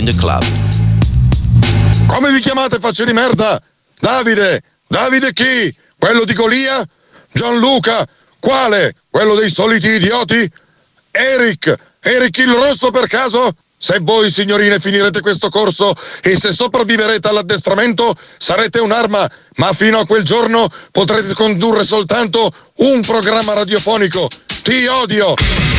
the club. Come vi chiamate, facce di merda? Davide? Davide chi? Quello di Golia? Gianluca? Quale? Quello dei soliti idioti? Eric il rosso per caso? Se voi, signorine, finirete questo corso e se sopravviverete all'addestramento, sarete un'arma, ma fino a quel giorno potrete condurre soltanto un programma radiofonico. Ti odio!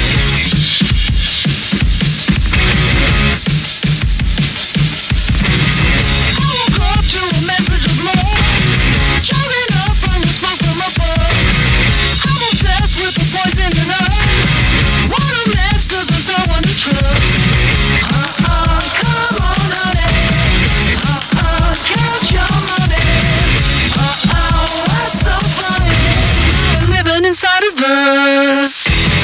Inside of us.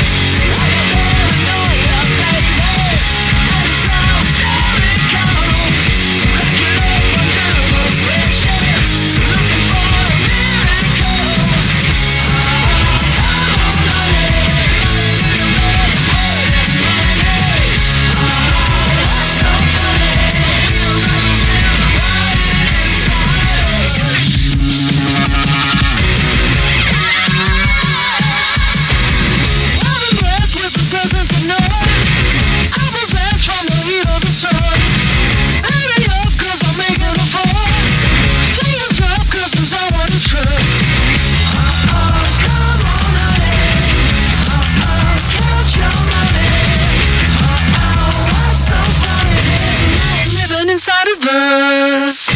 Inside of us.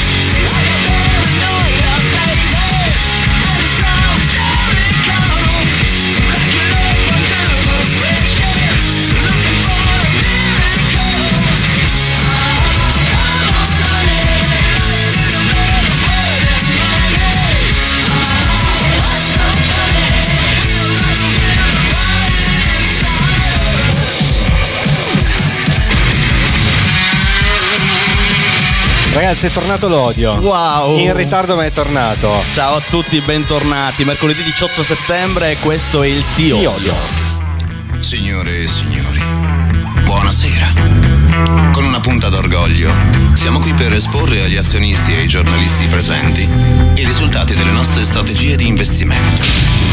Ragazzi, è tornato l'odio. Wow! In ritardo, ma è tornato. Ciao a tutti, bentornati. Mercoledì 18 settembre, questo è il Ti Odio. Signore e signori, buonasera. Con una punta d'orgoglio, siamo qui per esporre agli azionisti e ai giornalisti presenti i risultati delle nostre strategie di investimento.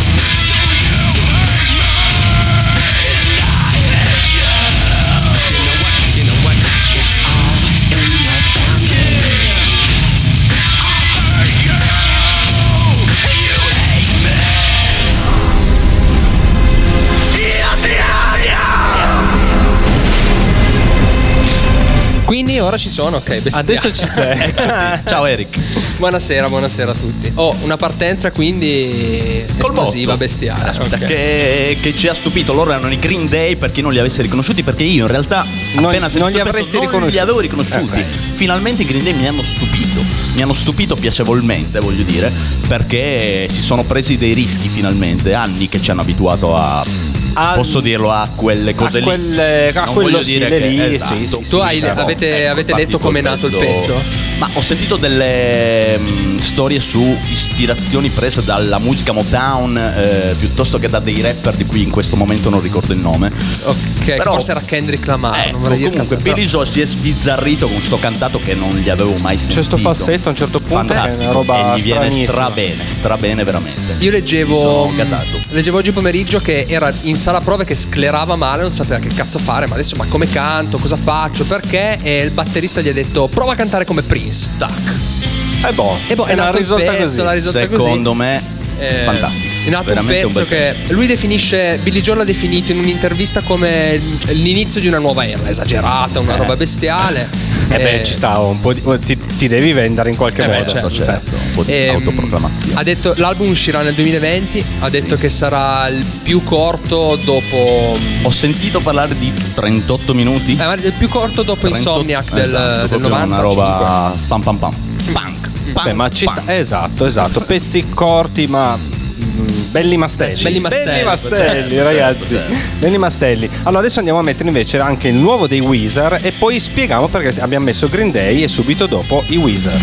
Quindi ora ci sono, ok, bestiale. Adesso ci sei. Ciao Eric. Buonasera a tutti. Una partenza quindi Col esplosiva, botto. bestiale. Aspetta, Okay. che ci ha stupito. Loro erano i Green Day, per chi non li avesse riconosciuti, perché io in realtà appena non li sentito avresti non riconosciuti. li avevo riconosciuti. Finalmente i Green Day mi hanno stupito piacevolmente, voglio dire, perché si sono presi dei rischi finalmente, anni che ci hanno abituato posso dirlo, a quelle cose lì. A Non quello voglio dire stile che lì, esatto. sì, Tu però. avete letto com'è nato il pezzo? Ma ho sentito delle storie su ispirazioni prese dalla musica Motown, piuttosto che da dei rapper di cui in questo momento non ricordo il nome. Ok, Però, forse era Kendrick Lamar, non vorrei dire comunque cazzate, Billy Joel si è sbizzarrito con sto cantato che non gli avevo mai sentito. C'è sto falsetto a un certo punto che è fantastico, una roba e gli viene stranissima. strabene veramente. Io leggevo Mi sono gasato. oggi pomeriggio che era in sala prove che sclerava male, non sapeva che cazzo fare, ma adesso come canto, cosa faccio, perché? E il batterista gli ha detto prova a cantare come Prince. Tac. È È una nato il risolta pezzo, così. la risolta Secondo così. me fantastico. È nato un Veramente pezzo bel che lui definisce, Billy Joel l'ha definito in un'intervista come l'inizio di una nuova era, esagerata, una roba bestiale. Ci sta un po' ti devi vendere in qualche modo. certo, un po' di autoproclamazione. Ha detto l'album uscirà nel 2020, ha detto che sarà il più corto dopo. Ho sentito parlare di 38 minuti. Ma il più corto dopo 38, Insomniac del proprio 90. una roba pam pam pam. Punk. Beh, ma ci sta, esatto, pezzi corti ma belli mastelli. Belli mastelli, ragazzi. Belli mastelli. Allora adesso andiamo a mettere invece anche il nuovo dei Weezer e poi spieghiamo perché abbiamo messo Green Day e subito dopo i Weezer.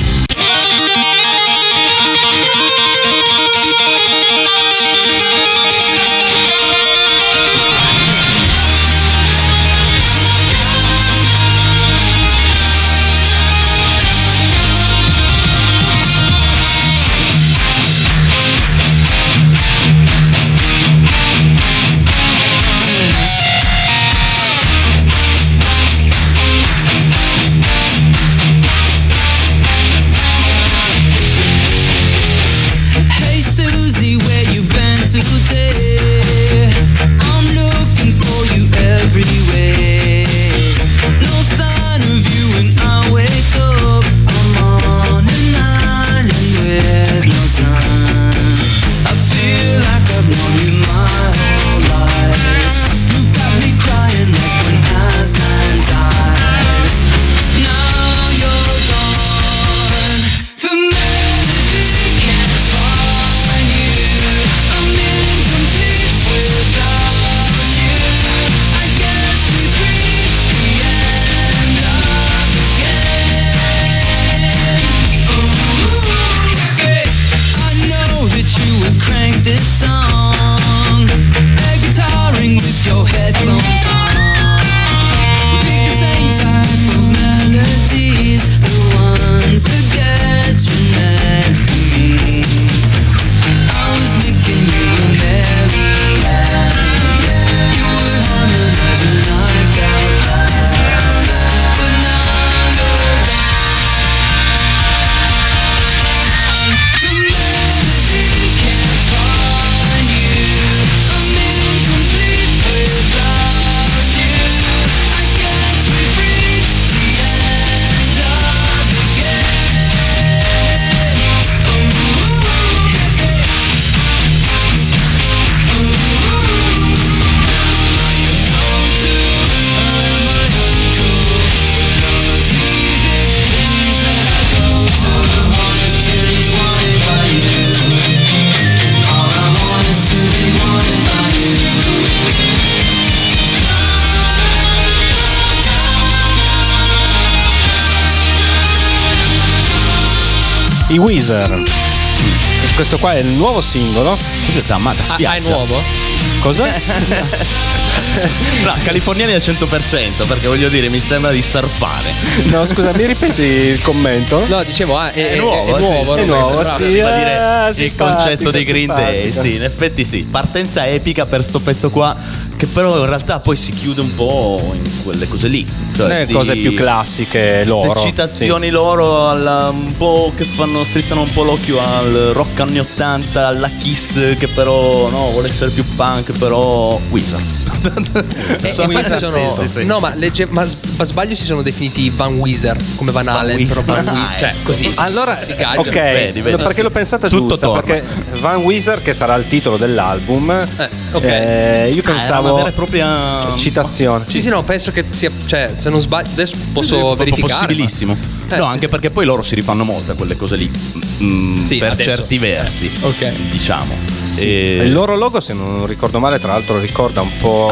i Weezer. Questo qua è il nuovo singolo. Da spiaggia. È nuovo? Cosa? No, californiani al 100%, perché voglio dire, mi sembra di surfare. No, scusa, mi ripeti il commento? No, dicevo, è nuovo, nuovo, sì. È nuovo, sì. Fa dire il Simpatica, concetto dei Green Day, simpatica. sì, in effetti sì. Partenza epica per sto pezzo qua, che però in realtà poi si chiude un po' in quelle cose lì. Le cose più classiche loro. Queste citazioni loro un po' che strizzano un po' l'occhio al rock anni 80, alla Kiss, che però no, vuole essere più punk, però Weezer. E questi sono. Sì. No, ma sbaglio, si sono definiti Van Weezer come Van Halen, però Van Weezer, cioè così. Allora, si caggia. ok, vedi, perché sì. l'ho pensata Tutto giusta, torna. perché Van Weezer, che sarà il titolo dell'album, ok. io Era una pensavo vera e propria citazione. Sì, no, penso che sia. Cioè, se non sbaglio, adesso posso verificare. Possibilissimo. ma- No, sì. anche perché poi loro si rifanno molto a quelle cose lì. Sì, per adesso. certi versi. Ok. Diciamo. Sì. E- Il loro logo, se non ricordo male, tra l'altro ricorda un po'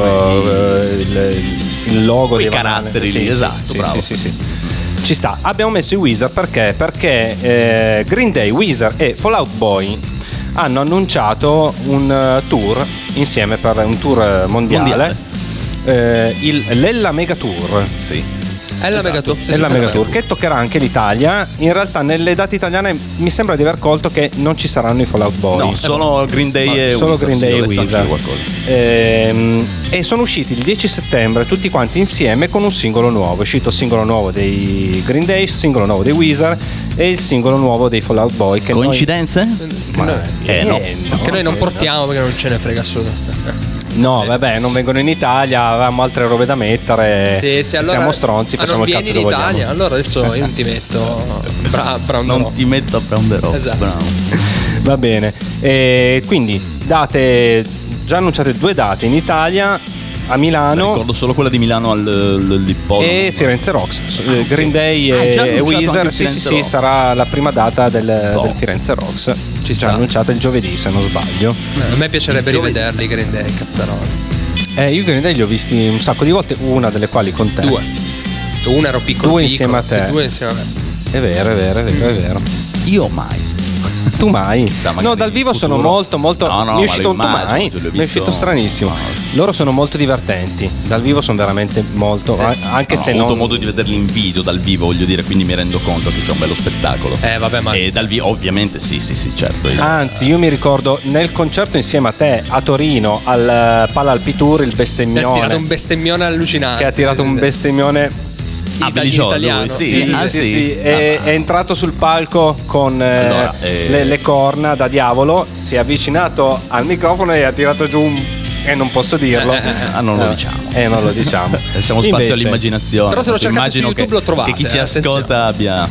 il logo Quei dei Van Halen. caratteri lì, Sì, esatto, sì, bravo. sì. Ci sta. Abbiamo messo i Weezer perché Green Day, Weezer e Fall Out Boy hanno annunciato un tour insieme, per un tour mondiale. L'Ella Mega Tour. Sì. È la Mega Tour. Sì, È sì, la Mega perfetto. Tour che toccherà anche l'Italia. In realtà nelle date italiane mi sembra di aver colto che non ci saranno i Fall Out Boy. No, solo Green Day e solo Weezer, Green Day sì, e ho letto Weezer. anch'io qualcosa. E sono usciti il 10 settembre tutti quanti insieme con un singolo nuovo. È uscito il singolo nuovo dei Green Day, il singolo nuovo dei Weezer e il singolo nuovo dei Fall Out Boy, che Coincidenze? no. Che noi non portiamo perché non ce ne frega assolutamente. No, vabbè, non vengono in Italia, avevamo altre robe da mettere. Sì, allora, siamo stronzi, facciamo non il cazzo vieni che in Italia, vogliamo. allora adesso io non ti metto Brown Non Rock. ti metto a Brown the Rocks, Esatto. bravo. Va bene. Quindi date già annunciate 2 date in Italia, a Milano Ricordo solo quella di Milano all'ippodromo. e Firenze Rocks. Green Day Ah, già e annunciato Weezer. anche Sì, Firenze sì, Rocks. sarà la prima data del So. Firenze Rocks. Ci sta. sarà annunciata il giovedì, se non sbaglio. A me piacerebbe rivederli Green Day, cazzaroli. Io Green Day li ho visti un sacco di volte, una delle quali con te. 2. Uno ero piccolo. 2 piccolo, insieme a te. sì, 2 insieme a me. È vero. Io mai. Tu mai? Chissà, magari No, dal vivo in sono futuro. molto. No, mi è ma uscito lo immagino, mai. te l'ho Mi è uscito visto. stranissimo. No. Loro sono molto divertenti. Dal vivo sono veramente molto. Anche No, se ho avuto non. modo di vederli in video dal vivo, voglio dire, quindi mi rendo conto che c'è un bello spettacolo. Vabbè, ma E dal vivo, ovviamente, sì, certo. Anzi, io mi ricordo nel concerto insieme a te a Torino al Pala Alpitour il mi ha bestemmione. tirato un bestemmione allucinante. Che ha tirato Sì, un sì. bestemmione. Ah, in Belligiò, italiano. lui, sì. Sì, Ah, sì, sì. sì. È entrato sul palco con Allora, le corna da diavolo, si è avvicinato al microfono e ha tirato giù e non posso dirlo. Non lo diciamo. Non lo diciamo. Lasciamo spazio Invece, all'immaginazione. Però se lo perché cercate su immagino YouTube lo trovate, che chi ci attenzione. ascolta abbia.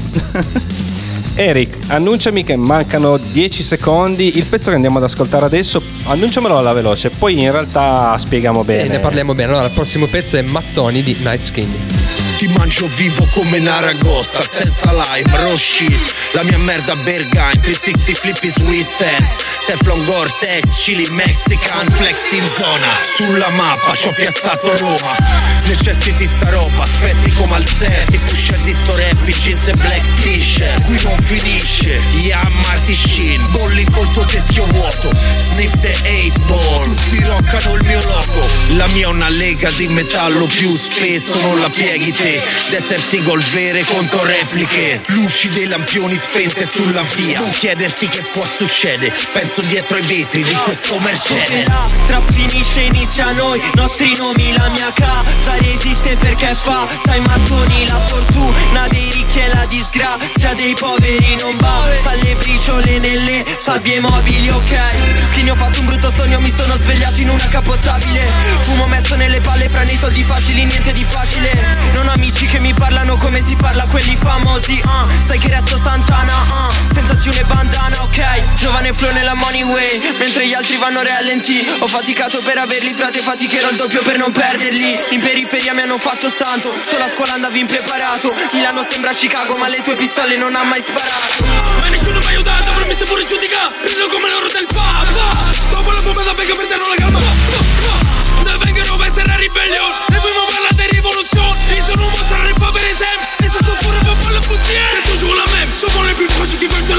Eric, annunciami che mancano 10 secondi. Il pezzo che andiamo ad ascoltare adesso, annunciamelo alla veloce, poi in realtà spieghiamo bene. Ne parliamo bene. Allora, il prossimo pezzo è Mattoni di Night Skin. Ti mangio vivo come un'aragosta, senza lime, raw shit. La mia merda Berghain, 360 flippi Swiss stance, Teflon Gore-Tex, chili Mexican, flex in zona. Sulla mappa ci ho piazzato Roma. Necessiti sta roba, aspetti come al set. Ti pusher di sto rap, jeans e black t-shirt. Qui non finisce, yeah Marty Sheen. Bolli col tuo teschio vuoto, sniff the 8 ball. Tutti roccano il mio loco. La mia è una lega di metallo più spesso, non la pieghi te. Desert Eagle vere contro repliche. Luci dei lampioni spente sulla via. Non chiederti che può succedere, penso dietro ai vetri di questo Mercedes. La trap finisce, inizia noi, nostri nomi, la mia casa resiste perché fa i mattoni, la fortuna dei ricchi e la disgrazia dei poveri non basta, le briciole nelle sabbie mobili, ok. Skinny, ho fatto un brutto sogno, mi sono svegliato in una capotabile. Fumo messo nelle palle, fra nei soldi facili, niente di facile. Non ho amici che mi parlano come si parla quelli famosi, sai che resto Santana, senza tune e bandana, ok. Giovane flow nella money way, mentre gli altri vanno rallenti. Ho faticato per averli, frate, faticherò il doppio per non perderli. In periferia mi hanno fatto santo, solo a scuola andavi impreparato. Milano sembra Chicago, ma le tue pistole non ha mai sparato. Ma nessuno mi ha aiutato, promette pure giudica. Brillo come l'oro del papa. Dopo la bomba da becca perdono la calma. Da vengono per essere a ribellione. E poi mi parla di rivoluzione. Io sono un mostro, rap per esempio. E se sto pure per la puzzia. Se tu giù la même, sono les plus proches qui veulent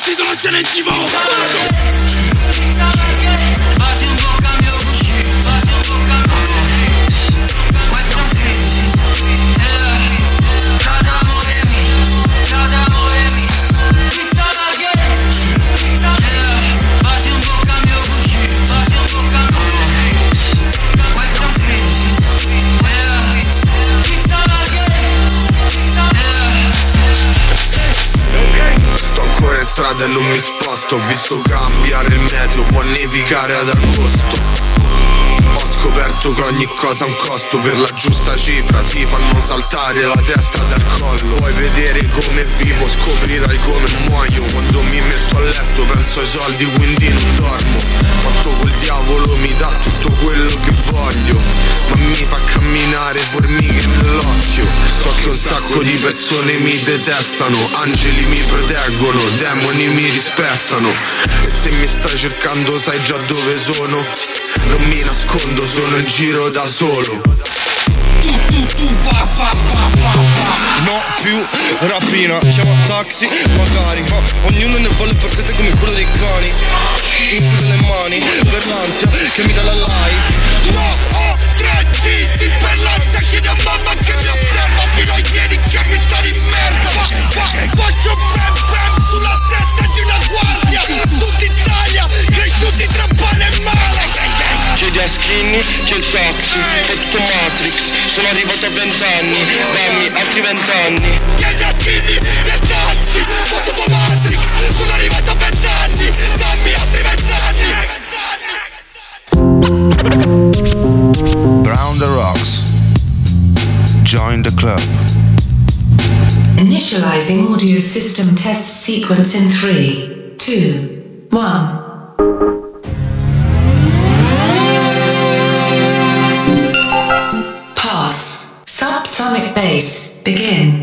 vestito la scena in TV. Basi un po' cambio Gucci, basi un po' cambio Western Fleet, Strada Moemi, pizza baguette, basi un po' cambio Gucci, basi un po' cambio Western Fleet, pizza baguette. Sto ancora in strada e non mi sposto. Ho visto cambiare il meteo, può nevicare ad agosto. Ho scoperto che ogni cosa ha un costo. Per la giusta cifra ti fanno saltare la testa dal collo. Vuoi vedere come vivo, scoprirai come muoio. Quando mi metto a letto penso ai soldi, quindi non dormo. Quanto quel diavolo mi dà tutto quello che voglio, ma mi fa camminare formiche nell'occhio. So che un sacco di persone mi detestano, angeli mi proteggono, demoni mi rispettano. E se mi stai cercando sai già dove sono. Non mi nascondo, sono in giro da solo. Tu va. No più rapina, chiamo taxi, magari ognuno ne vuole per sette come quello dei cani. Infido le mani per l'ansia che mi dà la life. No, ho 3 G per l'ansia, chiedi a mamma che mi osserva fino a ieri che mi dà di merda. Faccio bam sulla testa di una guardia. Sud Italia, cresciuti tra pane e male. Chiedi a Skinny che il taxi, fottuto Matrix. Sono arrivato a 20 anni, dammi altri 20 anni. Chiedi a Skinny che il taxi, fottuto Matrix. Sono arrivato a 20 anni, dammi altri 20 anni. Brown the Rocks. Join the club. Initializing audio system test sequence in 3, 2, 1. Pass. Subsonic bass. Begin.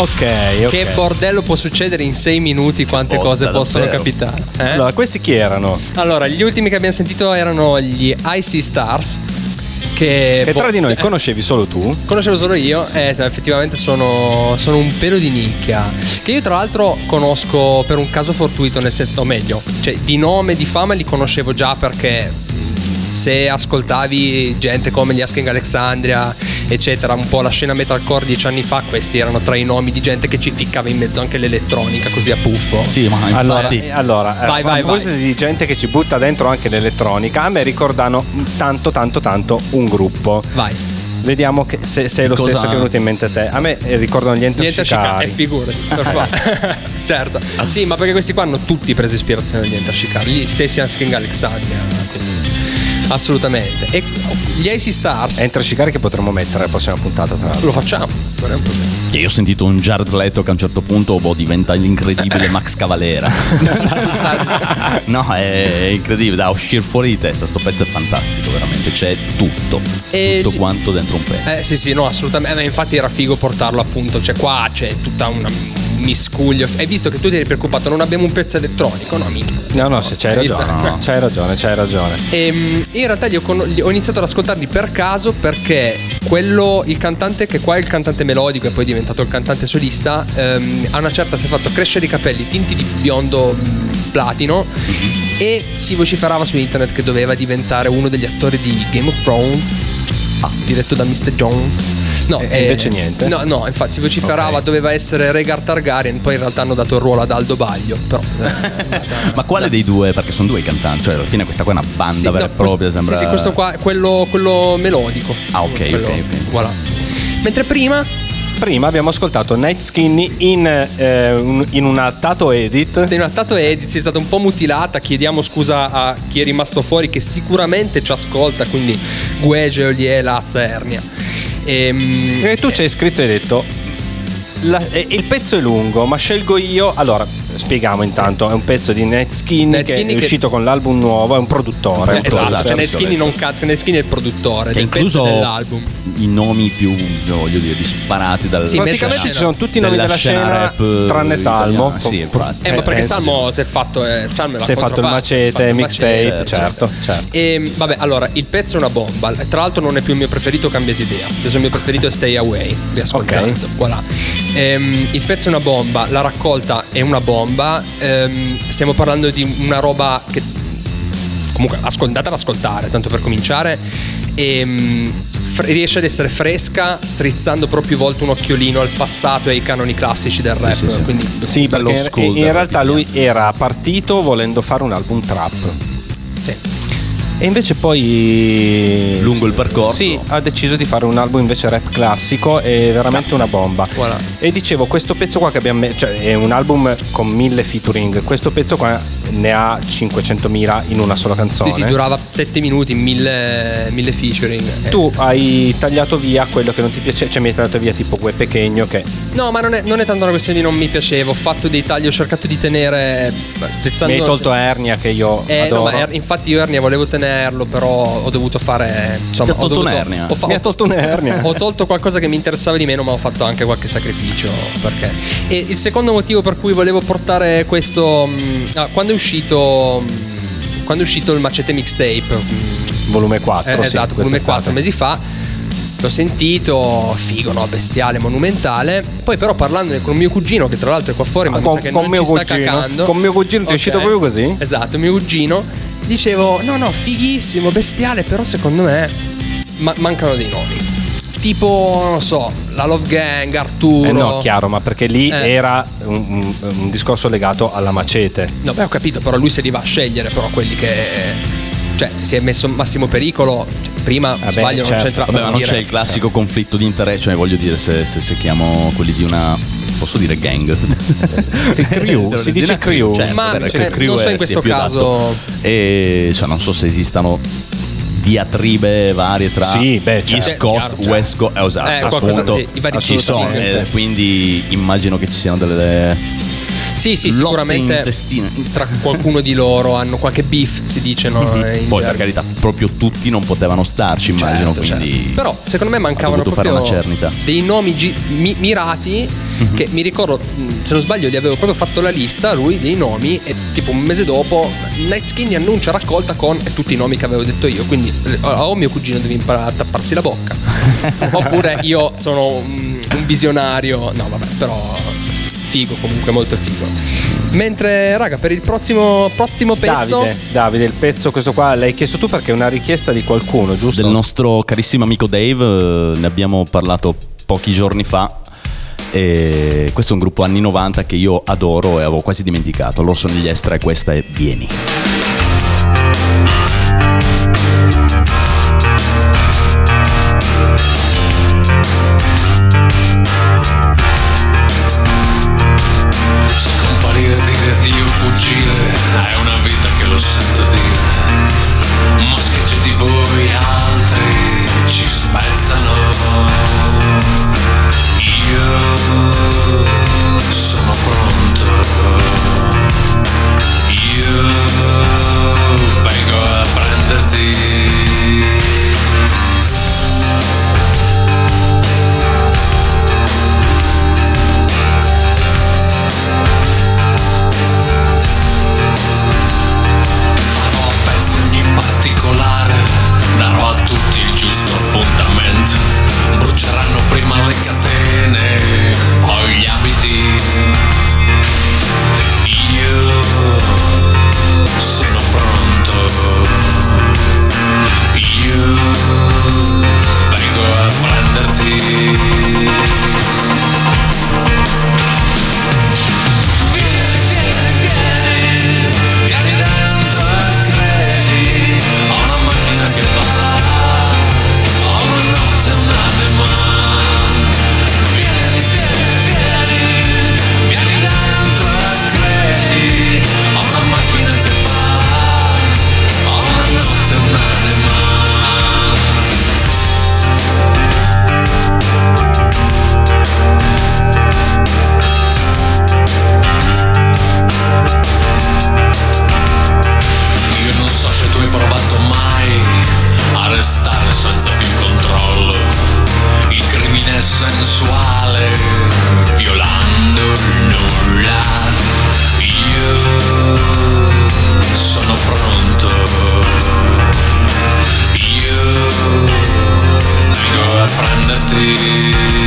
Ok. Che bordello può succedere in 6 minuti, quante cose possono capitare. Allora, questi chi erano? Allora, gli ultimi che abbiamo sentito erano gli Icy Stars. Che tra di noi conoscevi solo tu? Conoscevo solo io, effettivamente sono un pelo di nicchia. Che io tra l'altro conosco per un caso fortuito, nel senso, o meglio, cioè di nome, di fama li conoscevo già, perché se ascoltavi gente come gli Asking Alexandria, eccetera, un po' la scena metalcore 10 anni fa, questi erano tra i nomi di gente che ci ficcava in mezzo anche l'elettronica, così a puffo. Sì, ma infatti. Allora, vai, a proposito di gente che ci butta dentro anche l'elettronica, a me ricordano tanto un gruppo. Vai. Vediamo se è lo stesso che è venuto in mente a te. A me ricordano gli Enter Shikari. Figurati, per favore. Certo. Sì, ma perché questi qua hanno tutti preso ispirazione dagli Enter Shikari, gli stessi Asking Alexandria, quindi assolutamente. E gli Icy Stars, Enter Shikari, che potremmo mettere la prossima puntata, tra l'altro. lo facciamo, non è un problema. Che io ho sentito un Jared Leto che a un certo punto diventa l'incredibile Max Cavalera. No, è incredibile, da uscire fuori di testa. Sto pezzo è fantastico, veramente. C'è tutto quanto dentro un pezzo. Sì, no, assolutamente. Infatti era figo portarlo, appunto. Cioè, qua c'è tutta una miscuglio. Hai visto che tu ti eri preoccupato, non abbiamo un pezzo elettronico, no, mica? No, se c'hai ragione. No. C'hai ragione. In realtà ho iniziato ad ascoltarli per caso, perché il cantante, che qua è il cantante melodico e poi è diventato il cantante solista, a una certa si è fatto crescere i capelli tinti di biondo platino, e si vociferava su internet che doveva diventare uno degli attori di Game of Thrones, diretto da Mr. Jones. No, invece niente. No, infatti si vociferava, doveva essere Rhaegar Targaryen, poi in realtà hanno dato il ruolo ad Aldo Baglio, però. Ma quale dei due? Perché sono due i cantanti, cioè alla fine questa qua è una banda vera e propria, sembra. Sì, questo qua, quello melodico. Ah, ok. Voilà. Mentre prima abbiamo ascoltato Night Skinny in una Tato Edit. In una Tato Edit, si è stata un po' mutilata. Chiediamo scusa a chi è rimasto fuori, che sicuramente ci ascolta, quindi Guege, Olie, Lazza, Ernia. E tu ci hai scritto e hai detto: il pezzo è lungo, ma scelgo io. Allora, spieghiamo intanto: è un pezzo di Night Skinny che è uscito con l'album nuovo, è un produttore. Esatto, cioè Night Skinny non cazzo, Night Skinny è il produttore del pezzo dell'album. I nomi più, voglio dire, disparati dal. Sì, praticamente ci sono tutti i nomi della scena rap, tranne Salmo. Sì, infatti. Ma perché Salmo si è fatto il macete, mixtape, certo. E vabbè, allora il pezzo è una bomba. Tra l'altro non è più il mio preferito, cambiate idea. Il mio preferito è Stay Away, riascoltato. Okay. Voilà. Il pezzo è una bomba, la raccolta è una bomba. Stiamo parlando di una roba che comunque andate ad ascoltare, tanto per cominciare. Riesce ad essere fresca, strizzando però più volte un occhiolino al passato e ai canoni classici del rap. Sì. Quindi sì, perché in realtà lui era partito volendo fare un album trap. Sì. E invece poi lungo il percorso ha deciso di fare un album invece rap classico, è veramente una bomba. Voilà. E dicevo, questo pezzo qua che abbiamo cioè è un album con 1000 featuring, questo pezzo qua ne ha 500.000 in una sola canzone. Sì, durava 7 minuti, 1000 featuring. Tu hai tagliato via quello che non ti piace, cioè mi hai tagliato via tipo Gue Pechegno che. No, ma non è tanto una questione di non mi piaceva, ho fatto dei tagli, ho cercato di tenere strizzando. Mi hai tolto Ernia che io adoro. No, ma infatti io Ernia volevo tenerlo, però ho dovuto fare, insomma, mi ha tolto un'ernia. Ho tolto qualcosa che mi interessava di meno, ma ho fatto anche qualche sacrificio, perché. E il secondo motivo per cui volevo portare questo, quando è uscito il Macete Mixtape volume 4, esatto, volume 4 mesi fa, l'ho sentito, figo, no, bestiale, monumentale. Poi però parlandone con mio cugino, che tra l'altro è qua fuori, ma mi sa che non ci sta cacando. Con mio cugino ti è uscito proprio così? Esatto, mio cugino. Dicevo, no, fighissimo, bestiale, però secondo me mancano dei nomi. Tipo, non so, la Love Gang, Arturo. No, chiaro, ma perché lì era un discorso legato alla Macete. No, beh, ho capito, però lui se li va a scegliere, però quelli che. Cioè, si è messo Massimo Pericolo. Prima sbaglio, non c'entra. Vabbè, ma non c'è il classico conflitto di interesse, cioè voglio dire, se chiamo quelli di una. Posso dire gang? Si dice crew. Certo, ma non so in questo caso. E cioè, non so se esistano diatribe varie tra East Coast, West Coast, appunto, i vari ci sono, quindi immagino che ci siano delle sicuramente intestine. Tra qualcuno di loro hanno qualche beef, si dice, no? Poi per carità, proprio tutti non potevano starci, immagino, quindi però secondo me mancavano proprio fare una cernita. dei nomi mirati che mi ricordo, se non sbaglio, gli avevo proprio fatto la lista, lui, dei nomi, e tipo un mese dopo Nightskin annuncia raccolta con tutti i nomi che avevo detto io, quindi o mio cugino deve imparare a tapparsi la bocca oppure io sono un visionario. No vabbè, però figo, comunque molto figo. Mentre raga, per il prossimo pezzo, Davide, il pezzo questo qua l'hai chiesto tu perché è una richiesta di qualcuno, giusto? Del nostro carissimo amico Dave, ne abbiamo parlato pochi giorni fa. E questo è un gruppo anni 90 che io adoro e avevo quasi dimenticato. Loro sono gli Extra e questa è Vieni. Scomparire, dire addio, fuggire, è una vita che lo sento dire. Ma schegge di voi altri ci spezzano. Io sono pronto. Io vengo a prenderti. Darò a tutti il giusto appuntamento. Bruceranno prima le catene, poi gli abiti. Io sono pronto. Io vengo a prenderti. Vieni dentro e credi. Ho una macchina che va, ho una notte e un'anima. Vieni dentro e credi. Ho una macchina che va, ho una notte e un'anima. Io non so se tu hai provato mai a restare senza più controllo. Il crimine sensuale, violando il nulla. Io sono pronto. Io vengo a prenderti.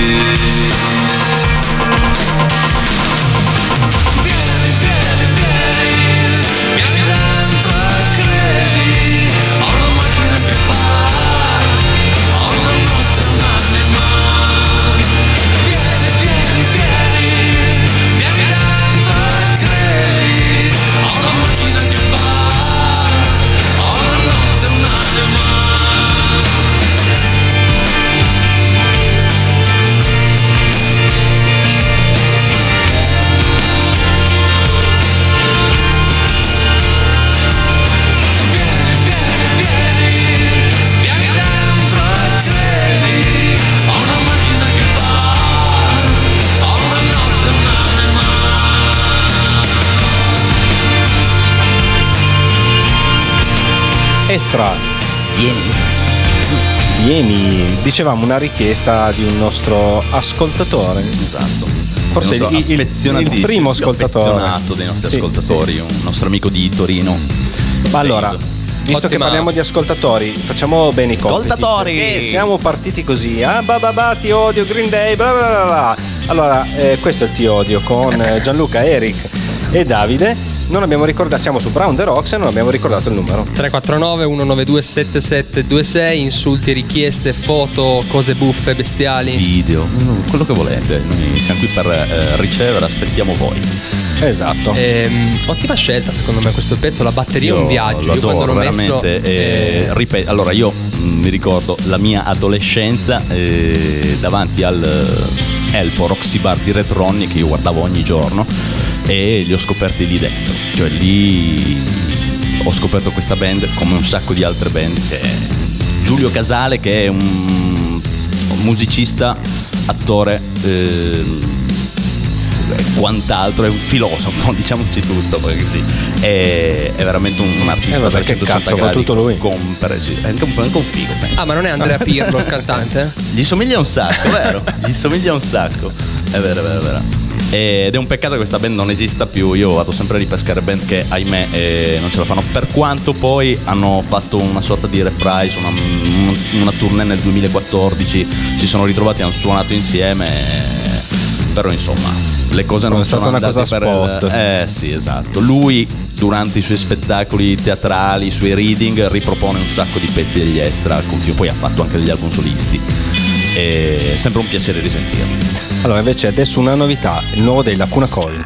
Vieni dentro e credi. Ho una macchina che va, ho una notte e un'anima. Vieni dentro e credi. Ho una macchina che va, ho una notte e un'anima. Vieni dentro e credi. Ho una macchina che va, ho una notte e un'anima. Extra, vieni, dicevamo una richiesta di un nostro ascoltatore. Esatto. Forse il primo ascoltatore. Affezionato dei nostri Sì, ascoltatori, sì, sì. un nostro amico di Torino. Ma allora, visto che Ottima. parliamo di ascoltatori, facciamo bene i compiti. Ascoltatori! Perché siamo partiti così. Ti odio, Green Day, bla bla bla bla. Allora, questo è il Ti odio con Gianluca, Eric e Davide. Non abbiamo ricordato, siamo su Brown the Rocks e non abbiamo ricordato il numero. 349 192 7726. Insulti, richieste, foto, cose buffe, bestiali. Video, quello che volete. Noi siamo qui per ricevere, aspettiamo voi. Esatto. Ottima scelta secondo me questo pezzo. La batteria è Io un viaggio. lo Io quando l'ho adoro, messo veramente. Ripeto, allora io mi ricordo la mia adolescenza davanti al Elpo Roxy Bar di Red Ronnie che io guardavo ogni giorno e li ho scoperti lì dentro. Cioè lì ho scoperto questa band come un sacco di altre band, che è Giulio Casale, che è un musicista, attore, quant'altro, è un filosofo, diciamoci tutto, perché sì, è veramente un artista da 180 gradi. Tutto lui. Sì, è anche un figo, penso. Ah, ma non è Andrea Pirlo il cantante? Gli somiglia un sacco, vero? Gli somiglia un sacco. È vero. Ed è un peccato che questa band non esista più. Io vado sempre a ripescare band che ahimè non ce la fanno, per quanto poi hanno fatto una sorta di reprise, una tournée nel 2014, si sono ritrovati, hanno suonato insieme, però insomma le cose non sono andate per spot. Sì, esatto. Lui durante i suoi spettacoli teatrali, i suoi reading, ripropone un sacco di pezzi degli extra, poi ha fatto anche degli album solisti. È sempre un piacere risentirlo. Allora invece adesso una novità, il nuovo dei Lacuna Coil.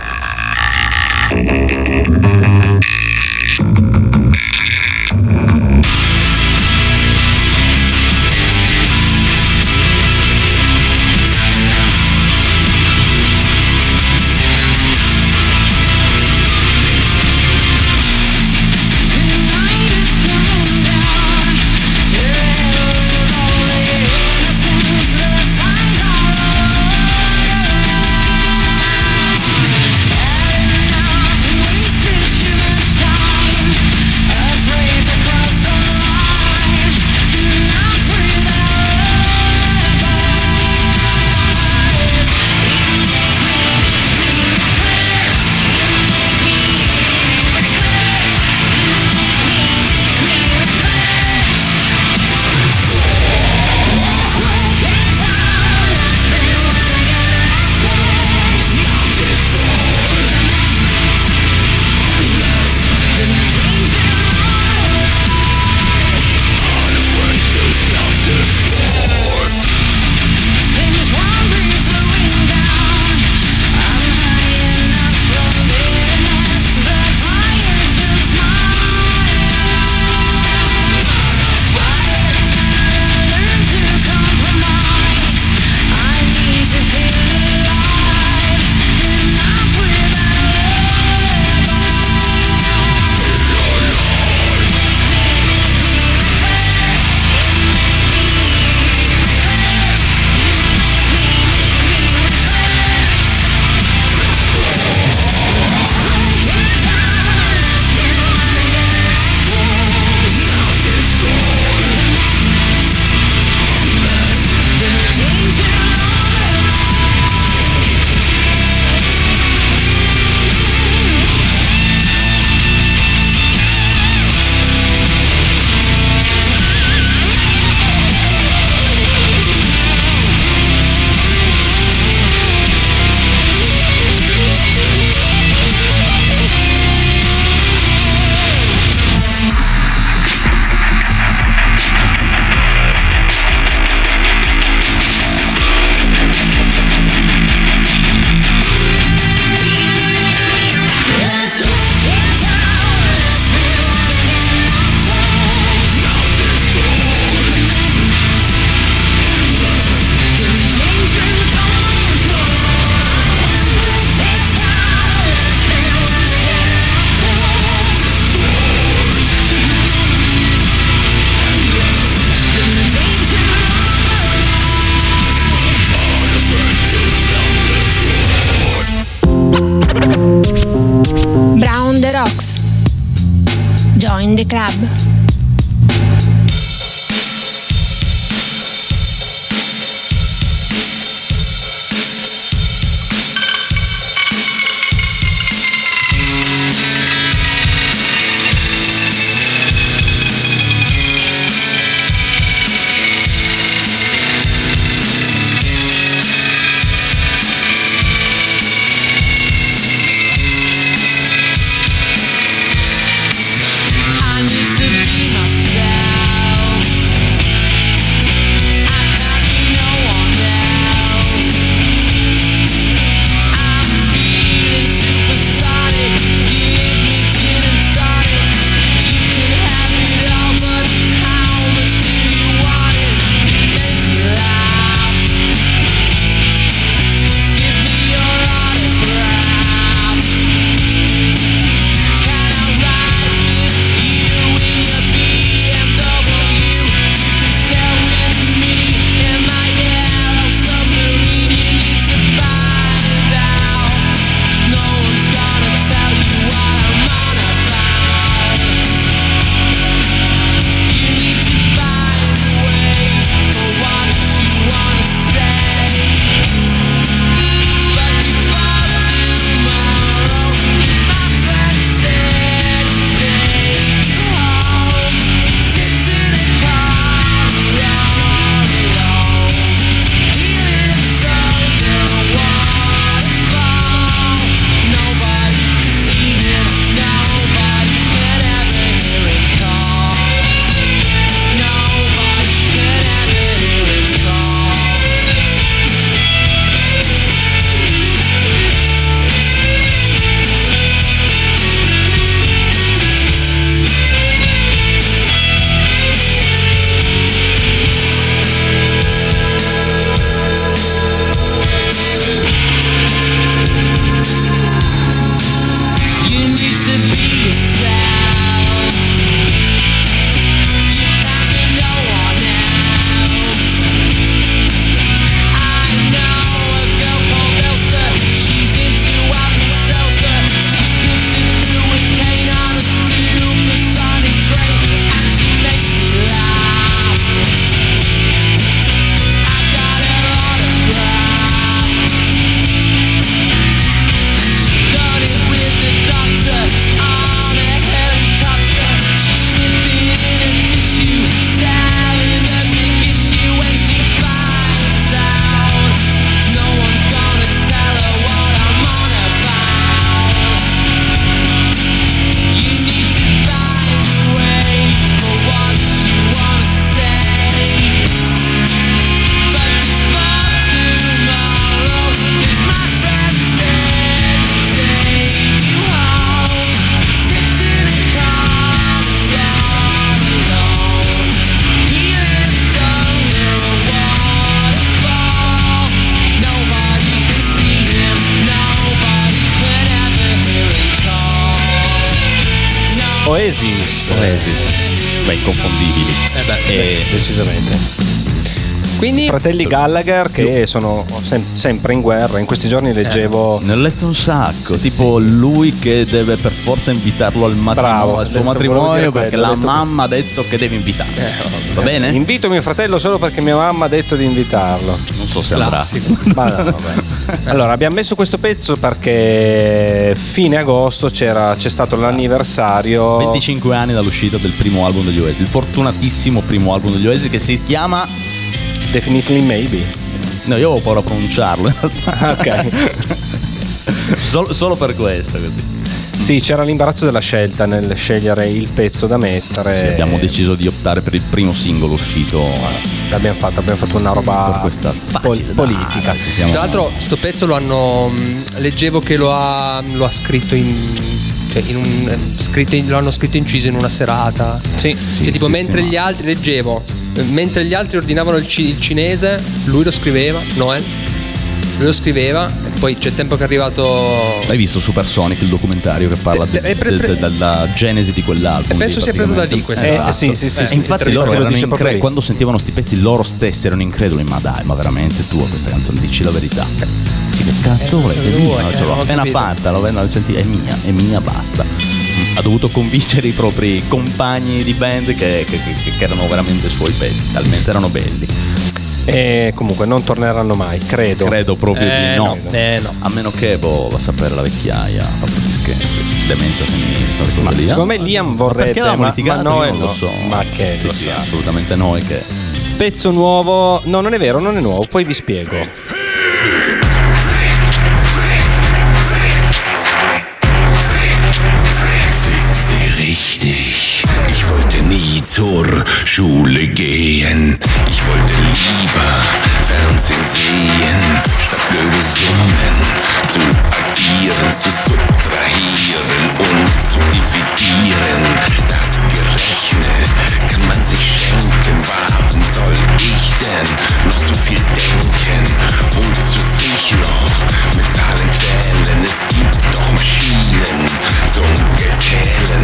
Oasis. Beh, inconfondibili. Decisamente. Quindi Fratelli Gallagher che sono sempre in guerra. In questi giorni leggevo. Ne ho letto un sacco. Tipo lui che deve per forza invitarlo al matrimonio, al suo matrimonio perché la mamma ha detto che deve invitarlo. Va bene? Invito mio fratello solo perché mia mamma ha detto di invitarlo. Non so se andrà. Ma no, vabbè. Allora abbiamo messo questo pezzo perché fine agosto c'è stato l'anniversario 25 anni dall'uscita del primo album degli Oasis, il fortunatissimo primo album degli Oasis che si chiama Definitely Maybe. No, io avevo paura a pronunciarlo in realtà. Ok. Solo per questo così. Sì, c'era l'imbarazzo della scelta nel scegliere il pezzo da mettere. Sì, abbiamo deciso di optare per il primo singolo uscito. Abbiamo fatto una roba per questa politica. Tra l'altro sto pezzo lo hanno leggevo che lo ha scritto lo hanno scritto inciso in una serata. Sì, tipo mentre gli altri leggevo, mentre gli altri ordinavano il cinese, lui lo scriveva, Noel. Lui lo scriveva e poi c'è tempo che è arrivato. Hai visto Supersonic, il documentario che parla della genesi di quell'album? Penso sia preso da lì questo. Esatto. Sì. Infatti loro erano quando sentivano sti pezzi loro stessi erano increduli. Ma dai, ma veramente tu a questa canzone dici la verità? Che cazzo vuoi? Ce l'ho appena fatta, l'ho sentita, è mia, basta. Ha dovuto convincere i propri compagni di band che erano veramente suoi pezzi, talmente erano belli. E comunque non torneranno mai, credo. Credo proprio di no. No. A meno che va a sapere la vecchiaia, a proprio di scherzi, demenza senile. Ma secondo me Liam vorrebbe, ma noi non lo so. Ma che sì, assolutamente noi che. Pezzo nuovo. No, non è vero, non è nuovo, poi vi spiego. Ich wollte nie zur Schule gehen. Ich wollte lieber Fernsehen sehen, statt blöde Summen zu addieren, zu subtrahieren und zu dividieren. Das Gerechne kann man sich schenken. Warum soll ich denn noch so viel denken? Wozu sich noch mit Zahlen quälen? Es gibt doch Maschinen zum Geld zählen.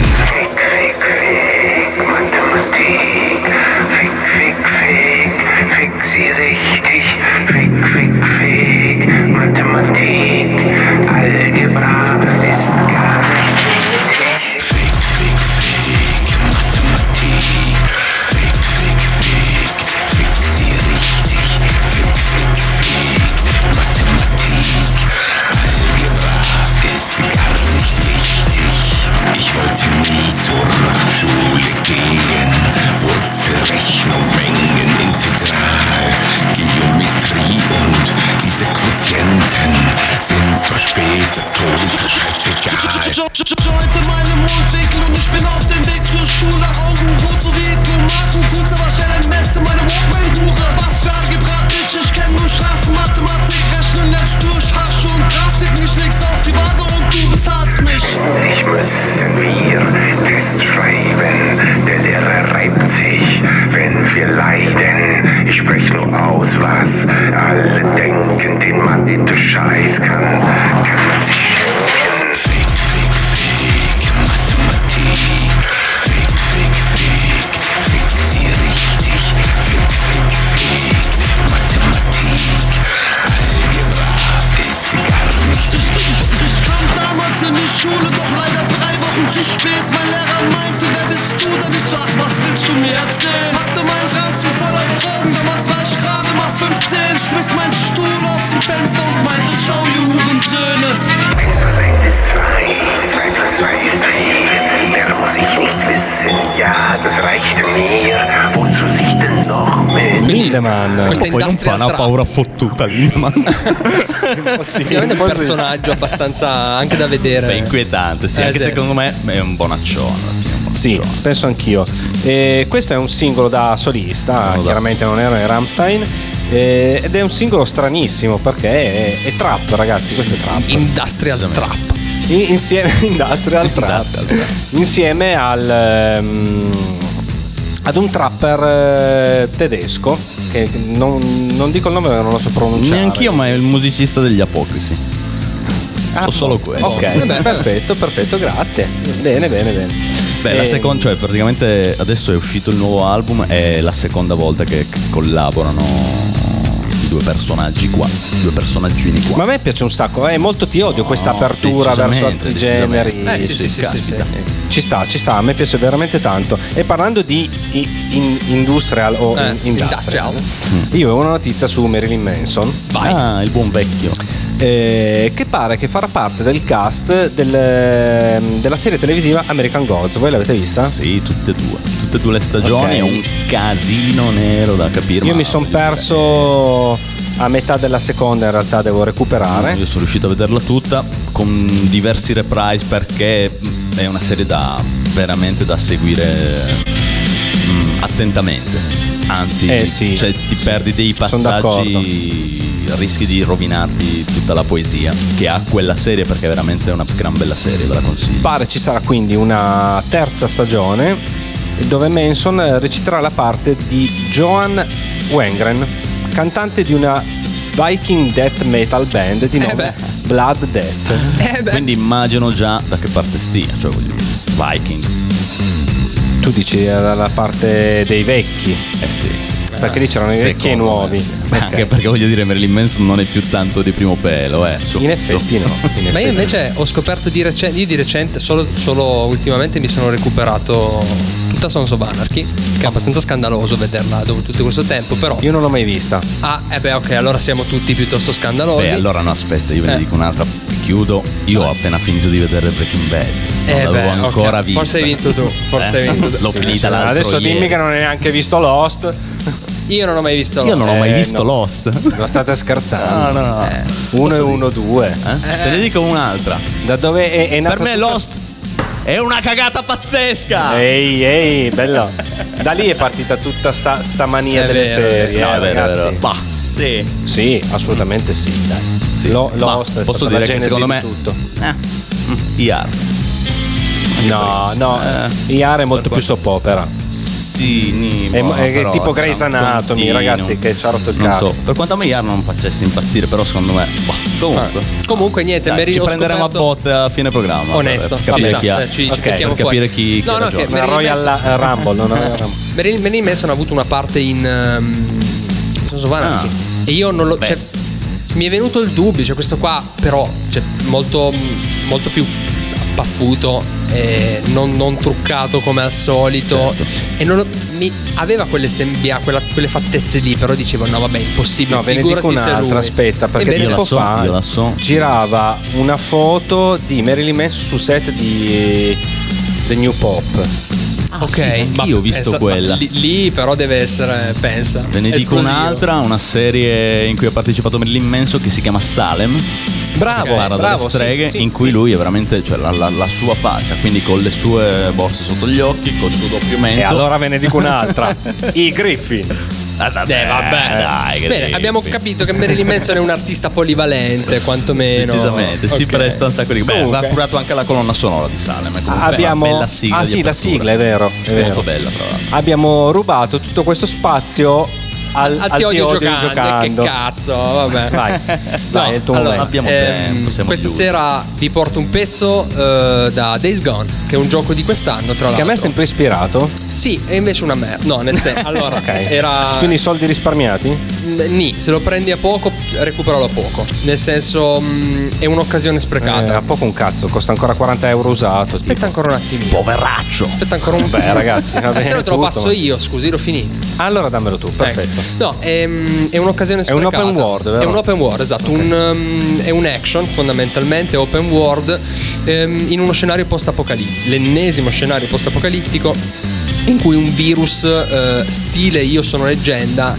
Mathematik, fick sie richtig, fick, Mathematik, Algebra ist gar nicht wichtig. Fick, Mathematik, fick sie richtig, fick, Mathematik, Algebra ist gar nicht wichtig. Ich wollte nie zur Schule gehen, Wurzelrechnung, Mengen, Integral, Geometrie und diese Quotienten sind doch später tot, scheißegal. Joint in meinem Mundwinkel und ich bin auf dem Weg zur Schule. Augenrot so wie Tomaten, kurz aber schnell entmesse meine Walkman-Hure. Was für Algebra, Bitch, ich kenn nur Straßenmathematik. Rechnen jetzt durch Hasch und Drastik, nicht nix auf die Waage und du bezahlst mich. Endlich müssen wir Test schreiben, der Lehrer reibt sich, wenn wir leiden. Ich sprech nur aus, was alle denken, den Mathe-Scheiß kann man sich schenken. Fick, Mathematik, fick sie richtig, fick, Mathematik, Algebra ist gar nicht wichtig. Ich kam damals in die Schule, doch leider 3 Wochen zu spät. Mein Lehrer meinte, wer bist du? Dann ich so, ach, was willst du mir erzählen? Packte meinen Ranzen voller Drogen, damals war ich gerade mal 15. Schmiss meinen Stuhl aus dem Fenster und meinte, ciao, ihr Hurensöhne. 1 plus 1 ist 2, 2 plus 2 ist 4. Mehr muss ich nicht wissen, ja, das reicht mir. Wozu sich denn noch mit Lindemann. Questa Poi non fa una paura fottuta Lindemann. Sicuramente è un personaggio abbastanza anche da vedere. Beh, inquietante, sì, anche sì. secondo me è un bonaccione. Sì, penso anch'io. Questo è un singolo da solista, chiaramente non erano i Rammstein. Ed è un singolo stranissimo perché è trap, ragazzi, questo è trap. Industrial trap. Insieme Industrial trap. Insieme ad un trapper tedesco che non dico il nome perché non lo so pronunciare. Neanch'io, ma è il musicista degli Apocrisi. So solo questo. Ok, perfetto, grazie. Bene. Beh, la seconda, cioè praticamente adesso è uscito il nuovo album, è la seconda volta che collaborano i due personaggi qua, questi due personaggini qua. Ma a me piace un sacco, è molto ti odio questa apertura verso altri generi. Sì. Ci sta, a me piace veramente tanto. E parlando di industrial o industrial, io ho una notizia su Marilyn Manson. Vai. Ah, il buon vecchio. Che pare che farà parte del cast della serie televisiva American Gods. Voi l'avete vista? Sì, tutte e due le stagioni. È un casino nero da capire. Io mi sono perso a metà della seconda, in realtà devo recuperare. Io sono riuscito a vederla tutta con diversi reprise, perché è una serie veramente da seguire attentamente. Anzi, se ti perdi dei passaggi rischi di rovinarti tutta la poesia che ha quella serie, perché è veramente una gran bella serie, ve la consiglio. Pare ci sarà quindi una terza stagione dove Manson reciterà la parte di Johan Wengren, cantante di una Viking death metal band di nome Blood Death. Quindi immagino già da che parte stia, cioè voglio dire, Viking. Tu dici dalla parte dei vecchi? Sì. Perché lì c'erano i vecchi e i nuovi. Okay. Anche perché voglio dire, Marilyn Manson non è più tanto di primo pelo, In effetti no. Ma io invece ho scoperto di recente, solo ultimamente mi sono recuperato tutta Sons of Anarchy, che è abbastanza scandaloso vederla dopo tutto questo tempo, però io non l'ho mai vista. Ok, allora siamo tutti piuttosto scandalosi. Allora no, aspetta, io ve ne dico un'altra, chiudo. Io ho appena finito di vedere Breaking Bad. Non l'avevo ancora vista. Forse hai vinto tu. L'ho finita l'altro adesso ieri. Dimmi che non hai neanche visto Lost. Io non ho mai visto Lost. Io non ho mai visto Lost. Lo state scherzando? No. 1 e 1, 2. Te ne dico un'altra. Da dove è nata? Per me Lost è una cagata pazzesca. Ehi, bello. Da lì è partita tutta sta mania delle serie. No, è vero. Bah, sì, assolutamente sì. Dai. Sì, Lost è posso stata dire la che secondo me tutto. IAR. No, IAR è molto più soap opera. Sì, è tipo Grey's Anatomy, ragazzi, che ci ha rotto il cazzo. So. Per quanto a me IAR non facesse impazzire, però secondo me comunque niente, ci prenderemo a botte a fine programma. Onesto, per capire chi ha. ci per capire chi ha ragione. Una Royal Rumble. Marilyn Manson ha avuto una parte in Sons of Anarchy e io non lo mi è venuto il dubbio, cioè questo qua però molto più paffuto, non truccato come al solito, e mi aveva quelle fattezze lì, però dicevo no vabbè, impossibile. No, ve ne dico un'altra, aspetta, perché tempo fa girava una foto di Marilyn Manson su set di The New Pop. Ok, io ho visto quella. Lì però deve essere, pensa. Ve ne dico un'altra, una serie in cui ha partecipato Marilyn Manson che si chiama Salem. Bravo, delle streghe, in cui lui è veramente, cioè la sua faccia, quindi con le sue borse sotto gli occhi, col suo doppio mento. E allora ve ne dico un'altra. I Griffi. Vabbè. Dai, bene, abbiamo capito che Marilyn Manson è un artista polivalente, quantomeno. Decisamente, si presta un sacco di. Ha curato anche la colonna sonora di Salem. Abbiamo la sigla. La sigla, è vero. Molto bella, tra l'altro. Abbiamo rubato tutto questo spazio al Ti odio giocando. Che cazzo, vabbè. Vai, è il tuo allora, abbiamo tempo. Questa sera vi porto un pezzo da Days Gone, che è un gioco di quest'anno, tra l'altro. Che a me è sempre ispirato. Sì, è invece una merda. No, nel senso, allora era. Quindi soldi risparmiati? Se lo prendi a poco, recuperalo a poco. Nel senso, è un'occasione sprecata. A poco un cazzo, costa ancora 40 euro usato. Aspetta ancora un attimino. Poveraccio. Aspetta ancora un Beh, ragazzi, va bene. Se no te lo passo io, scusi, l'ho finito. Allora dammelo tu, perfetto. No, è un'occasione sprecata. È un open world, vero? È un open world, esatto. È un action, fondamentalmente, open world, in uno scenario post-apocalittico. L'ennesimo scenario post-apocalittico in cui un virus stile Io sono leggenda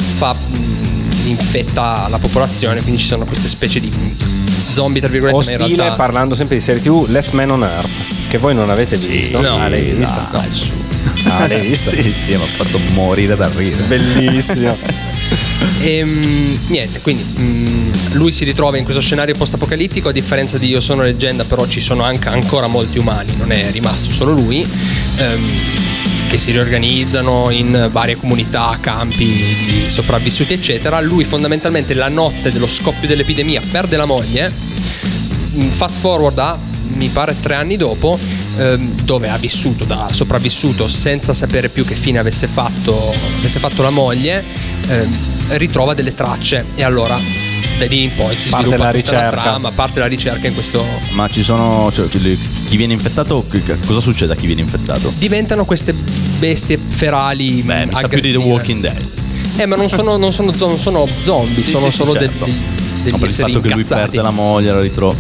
infetta la popolazione, quindi ci sono queste specie di zombie, tra virgolette, o stile, ma in realtà, parlando sempre di serie TV, Last Man on Earth, che voi non avete visto. No, l'hai vista? No. L'hai vista? Sì, mi ha fatto morire da ridere. Bellissimo. Niente, quindi lui si ritrova in questo scenario post-apocalittico. A differenza di Io sono leggenda, però ci sono anche ancora molti umani, non è rimasto solo lui, che si riorganizzano in varie comunità, campi di sopravvissuti eccetera. Lui fondamentalmente la notte dello scoppio dell'epidemia perde la moglie, fast forward a mi pare 3 anni dopo, dove ha vissuto da sopravvissuto senza sapere più che fine avesse fatto la moglie, ritrova delle tracce, e allora da lì in poi si parte sviluppa la tutta la ricerca. trama, parte la ricerca in questo. Ma ci sono, cioè, chi viene infettato, cosa succede a chi viene infettato? Diventano queste bestie ferali. Beh, mi sa più di The Walking Dead. Ma non sono zombie, Sì, sono sì, solo certo. degli Per il esseri fatto che lui incazzati. perde la moglie, la ritrova.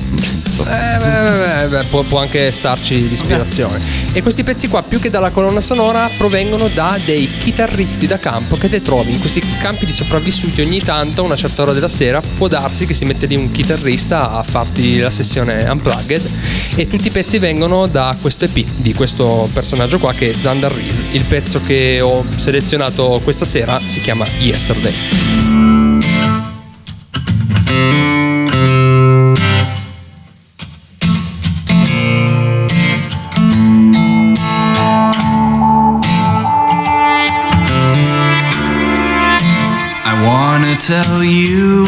Può anche starci l'ispirazione. E questi pezzi qua, più che dalla colonna sonora, provengono da dei chitarristi da campo che te trovi in questi campi di sopravvissuti. Ogni tanto, a una certa ora della sera, può darsi che si mette lì un chitarrista a farti la sessione unplugged, e tutti i pezzi vengono da questo EP di questo personaggio qua, che è Xander Reese. Il pezzo che ho selezionato questa sera si chiama Yesterday. Tell you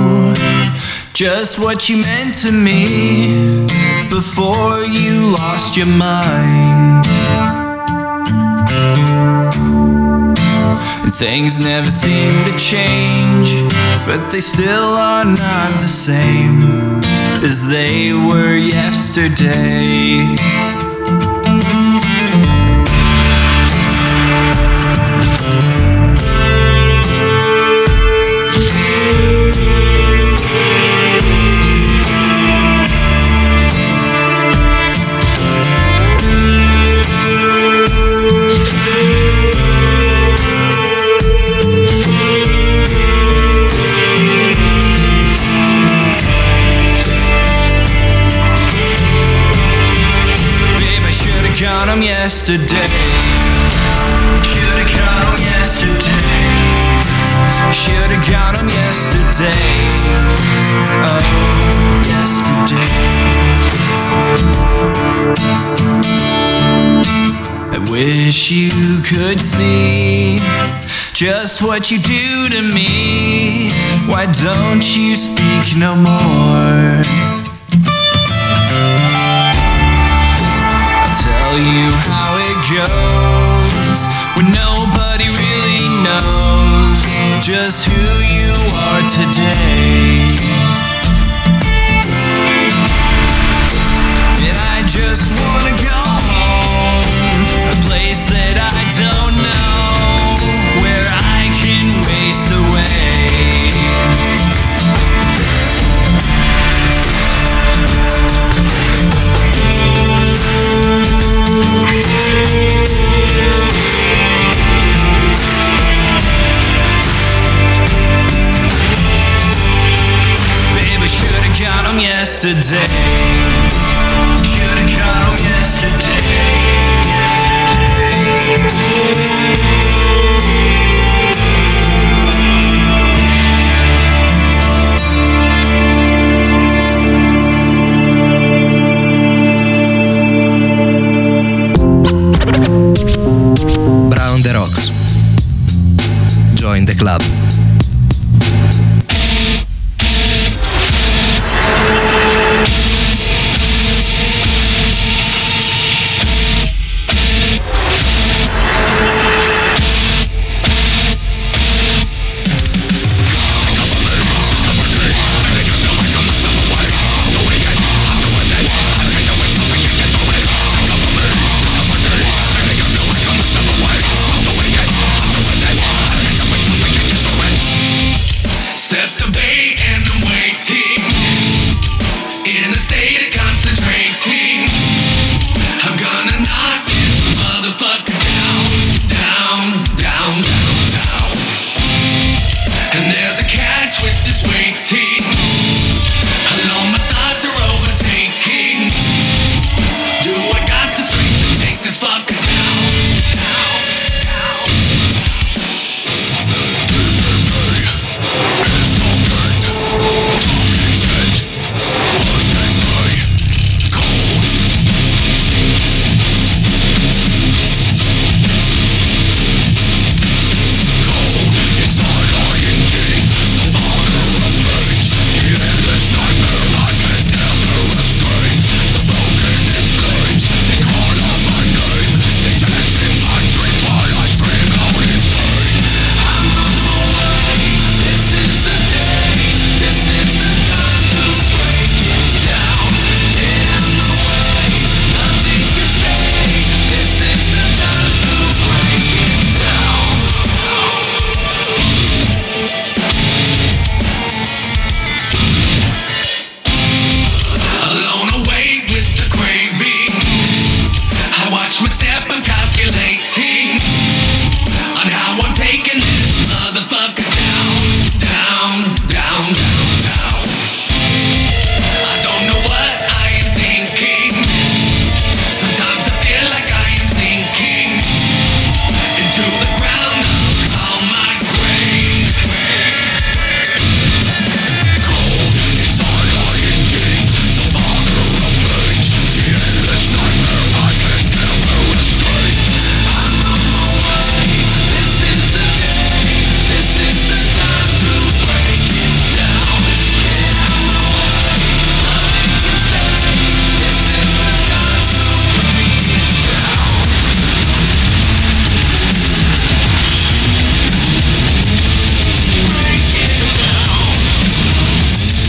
just what you meant to me before you lost your mind. And things never seem to change, but they still are not the same as they were yesterday. Yesterday, should've caught him yesterday. Should've caught him yesterday. Oh, yesterday. I wish you could see just what you do to me. Why don't you speak no more? Tell you how it goes when nobody really knows just who you are today. And I just wanna go home, a place that I don't know, where I can waste away. Baby, should've caught him yesterday. Should've caught him yesterday. Brown the Rocks. Join the club.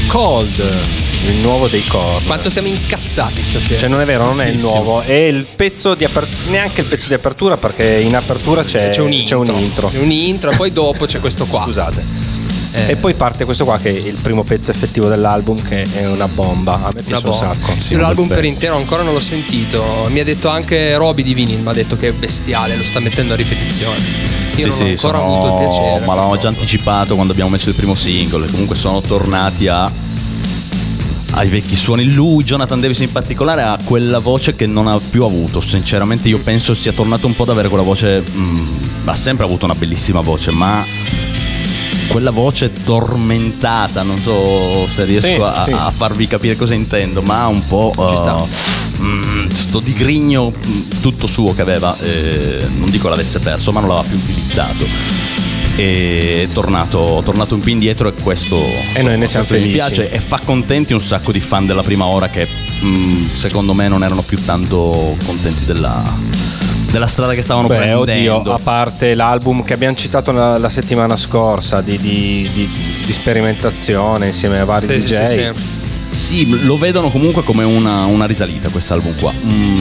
Cold, il nuovo dei Korn. Quanto siamo incazzati stasera. Cioè non è vero, non è il nuovo, è il pezzo di neanche il pezzo di apertura, perché in apertura c'è un intro. Un intro, poi dopo c'è questo qua. Scusate. E poi parte questo qua che è il primo pezzo effettivo dell'album, che è una bomba. A me piace un sacco. Sì, io l'album per intero ancora non l'ho sentito. Mi ha detto anche Roby di Vinyl, mi ha detto che è bestiale, lo sta mettendo a ripetizione. Io non ho ancora avuto il piacere. Ma l'avevamo già anticipato quando abbiamo messo il primo singolo. E comunque sono tornati ai vecchi suoni. Lui, Jonathan Davis in particolare, ha quella voce che non ha più avuto. Sinceramente io penso sia tornato un po' ad avere quella voce. Ha sempre avuto una bellissima voce, ma quella voce tormentata, non so se riesco a farvi capire cosa intendo, ma un po' sto digrigno tutto suo che aveva, non dico l'avesse perso, ma non l'aveva più utilizzato. È tornato un po' indietro, e questo noi ne siamo felici. Mi piace e fa contenti un sacco di fan della prima ora che secondo me non erano più tanto contenti della strada che stavano prendendo. Oddio, a parte l'album che abbiamo citato la settimana scorsa di sperimentazione insieme a vari DJ. Sì, lo vedono comunque come una risalita quest'album qua.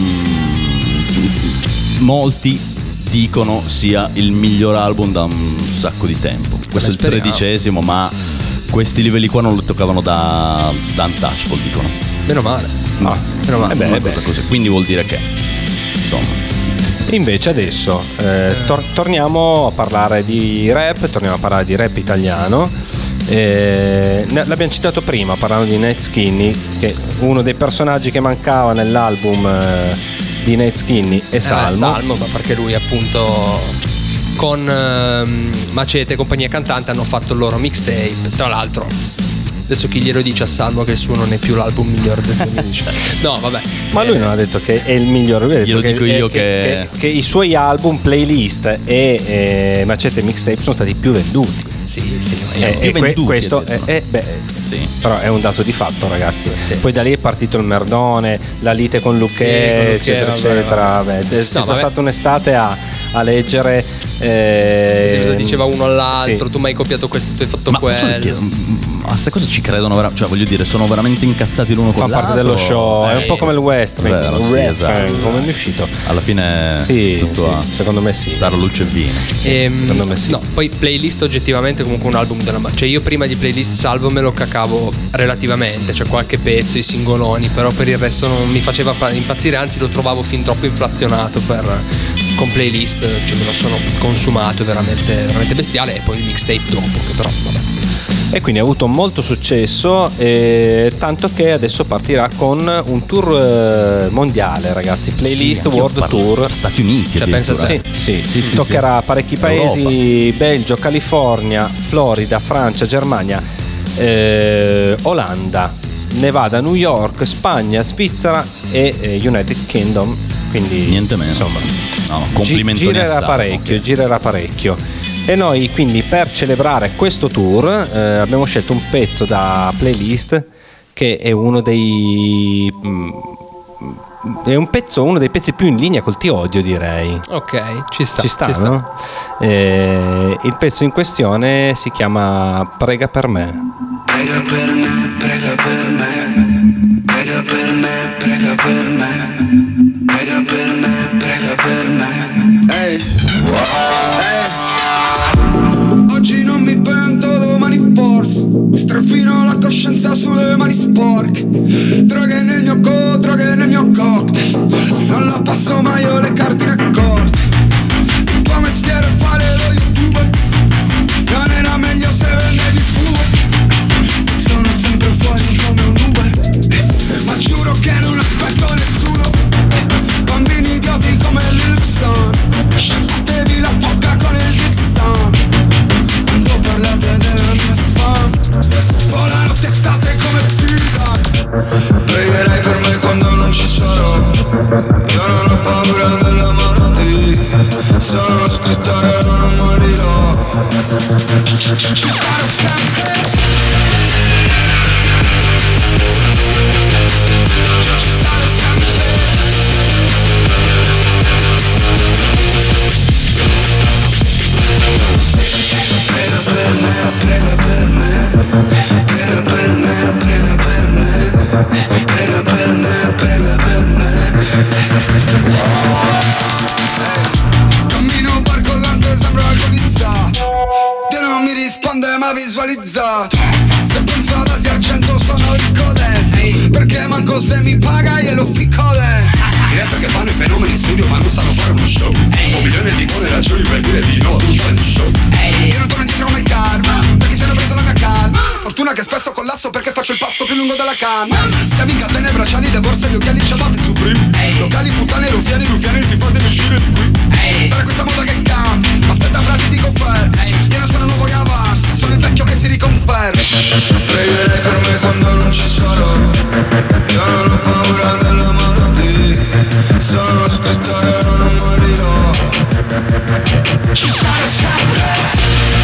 Molti dicono sia il miglior album da un sacco di tempo. Questo è il 13°, ma questi livelli qua non lo toccavano da Untouchable, dicono. Meno male. Meno male. Così. Quindi vuol dire che insomma. Invece adesso torniamo a parlare di rap, italiano. L'abbiamo citato prima parlando di Nate Skinny, che uno dei personaggi che mancava nell'album di Nate Skinny è Salmo. Ma perché lui appunto con Macete e compagnia cantante hanno fatto il loro mixtape. Tra l'altro adesso chi glielo dice a Salmo che il suo non è più l'album migliore del 2010? No, vabbè. Ma lui non ha detto che è il migliore, lui ha detto che i suoi album, playlist e Macete mixtape sono stati più venduti. Sì, più venduti, questo però è un dato di fatto, ragazzi. Poi da lì è partito il merdone, la lite con Luque, eccetera. È stata un'estate a leggere cosa diceva uno all'altro, tu mi hai copiato questo, tu hai fatto quello. Ma queste cose ci credono, cioè voglio dire, sono veramente incazzati l'uno con l'altro. Fa parte dello show, è un po' come il wrestling. Esatto. Come è uscito? Alla fine secondo me sì. Dare luce e vino. Secondo me sì. No, poi playlist oggettivamente comunque un album cioè io prima di playlist Salvo me lo cacavo relativamente, cioè qualche pezzo, i singoloni, però per il resto non mi faceva impazzire, anzi lo trovavo fin troppo inflazionato con playlist, cioè me lo sono consumato, veramente, veramente bestiale, e poi il mixtape dopo, che però vabbè. E quindi ha avuto molto successo, tanto che adesso partirà con un tour mondiale, ragazzi, playlist World Tour Stati Uniti, cioè, pensate, sì, toccherà parecchi paesi, Europa. Belgio, California, Florida, Francia, Germania, Olanda, Nevada, New York, Spagna, Svizzera e United Kingdom, quindi niente meno, insomma, girerà parecchio. E noi quindi per celebrare questo tour abbiamo scelto un pezzo da playlist che è uno dei pezzi più in linea col Ti Odio, direi. Ok, ci sta. No? Il pezzo in questione si chiama Prega per me. Prega per me, prega per me, prega per me, prega per me, prega per me, prega per me. Ehi, oggi non mi pento, domani forse strafino la coscienza sulle mani sporche. Droghe nel mio droghe nel mio cocktail. Non la passo mai, ho le carte accorte. Il tuo mestiere è fare lo youtuber. Non era meglio se vendevi fumo. Sono sempre fuori come un Uber, ma giuro che non aspetto nessuno. Bambini idioti come Lilson, sciacquatevi la bocca con il Dixon. Quando parlate della mia fam, volano testate come Zidane. Pregherai per me quando non ci sarò. Io non ho paura della morte. Sono uno scrittore, non morirò. Ci sarò sempre. Ci sarò sempre. Prega per me, prega per me, prega per me. problema visualizzato. Se penso ad Asia Argento sono ricco dentro, perché manco se mi paga glielo ficco dentro. Diretta che fanno i fenomeni in studio ma non sanno fare uno show. Un milione di buone ragioni per dire di no ad un talent show. Io non torno indietro come karma, perché se ne ho preso la mia calma. Fortuna che spesso collasso perché faccio il passo più lungo della canna. Schiavi in catene, bracciali, le borse, gli occhiali, ciabatte, Supreme. Locali, puttane, ruffiani, si fatevi uscire di qui. Sarà questa moda che cambia, ma aspetta fra ti dico fermo. Io non sono nuovo che avanza, sono il vecchio che si riconferma. Pregherei per me quando non ci sarò. Io non ho paura della morte. Sono uno scrittore, non morirò. Ci sarà sempre.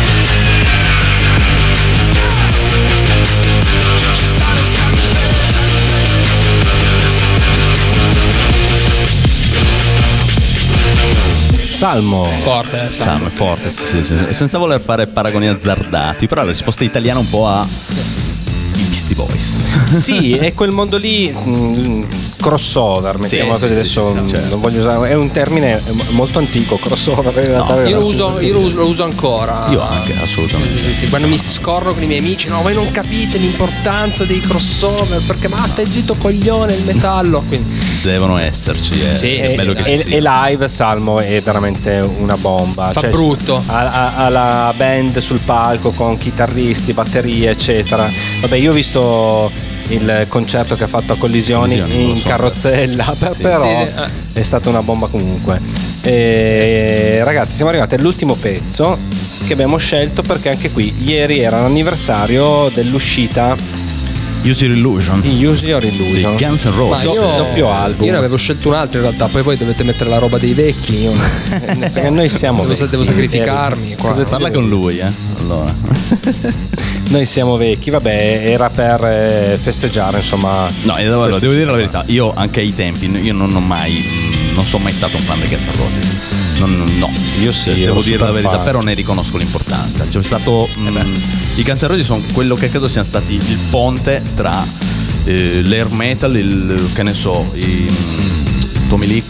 Salmo. Forte, Salmo è forte, sì. Senza voler fare paragoni azzardati, però la risposta italiana un po' a i Beastie Boys. Sì, è quel mondo lì, crossover, mettiamo sì, adesso, certo. non voglio usare, è un termine molto antico, crossover. No, io lo uso ancora. Io anche, assolutamente. Sì. Quando mi scorro con i miei amici, no, voi non capite l'importanza dei crossover, perché ma stai zitto coglione il metallo. Quindi devono esserci, è bello che ci sia. E live Salmo è veramente una bomba. Fa brutto. Ha la band sul palco con chitarristi, batterie, eccetera. Vabbè, io ho visto il concerto che ha fatto a Collisioni in carrozzella, però è stata una bomba comunque. Ragazzi, siamo arrivati all'ultimo pezzo che abbiamo scelto perché anche qui ieri era l'anniversario dell'uscita Use Your Illusion di Use Your Illusion di Guns N' Roses, doppio album. Io ne avevo scelto un altro in realtà, poi voi dovete mettere la roba dei vecchi. Perché noi siamo devo sacrificarmi qua. Parla con lui, allora. Noi siamo vecchi, vabbè, era per festeggiare, insomma. No, allora, devo dire la verità, io anche ai tempi, io non sono mai stato un fan di Guns N' Roses. No, io sì, devo dire la verità, però ne riconosco l'importanza. C'è stato i Guns N' Roses sono quello che credo siano stati il ponte tra l'air metal, che ne so, Tommy Lee,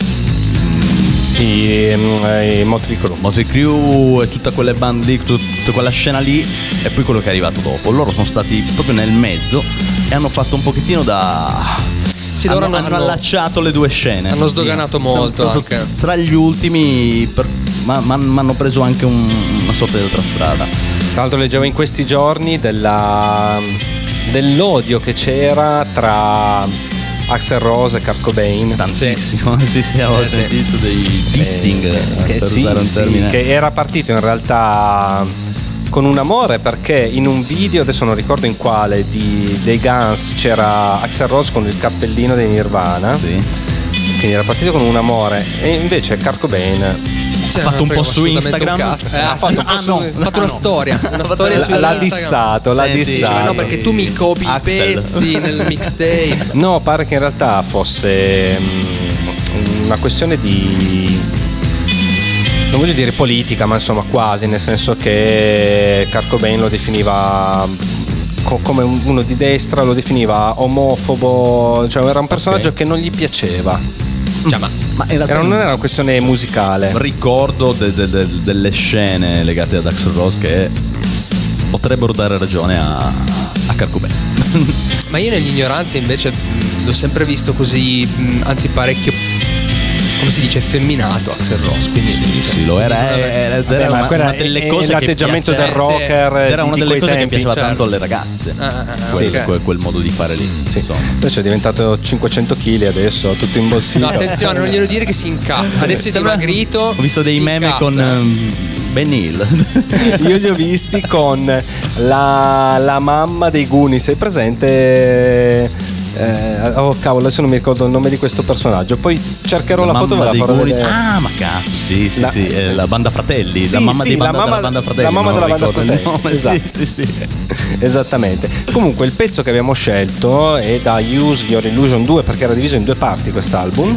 i Motley Crue e tutte quelle band lì, tutta quella scena lì, e poi quello che è arrivato dopo. Loro sono stati proprio nel mezzo e hanno fatto un pochettino da... Sì, hanno allacciato le due scene. Hanno sdoganato molto anche. Tra gli ultimi ma hanno preso anche una sorta di altra strada. Tra l'altro leggevo in questi giorni dell'odio che c'era tra Axl Rose e Kurt Cobain. Tantissimo. Sì, avevo sentito dei dissing, per usare un termine. Che era partito in realtà con un amore, perché in un video, adesso non ricordo in quale, dei Guns c'era Axl Rose con il cappellino dei Nirvana. Quindi era partito con un amore, e invece Kurt Cobain ha fatto un po' su Instagram, ha fatto una storia l'ha dissato. No, perché tu mi copi i pezzi nel mixtape. No, pare che in realtà fosse una questione di, non voglio dire politica, ma insomma quasi, nel senso che Kurt Cobain lo definiva come uno di destra, lo definiva omofobo, cioè era un personaggio che non gli piaceva. Cioè, ma in realtà non era una questione musicale. Ricordo delle scene legate ad Axl Rose che potrebbero dare ragione a Kurt Cobain. Ma io nell'ignoranza invece l'ho sempre visto così, anzi parecchio, come si dice, effeminato Axl Rose, quindi sì, lo era una delle cose che l'atteggiamento del rocker, era una delle cose che piaceva tanto alle ragazze. Quel modo di fare lì. Invece è diventato 500 kg adesso, tutto imbossito. No, attenzione, non glielo dire che si incazza. Adesso è dimagrito. Ho visto dei meme con Ben Hill. Io li ho visti con la mamma dei Goonies, sei presente? Oh cavolo, adesso non mi ricordo il nome di questo personaggio. Poi cercherò la foto e ve la farò vedere. Ah, ma cazzo, sì, la banda Fratelli, la mamma della banda Fratelli. La mamma della banda Fratelli. Esatto. Sì. Esattamente. Comunque il pezzo che abbiamo scelto è da Use Your Illusion 2, perché era diviso in due parti quest'album.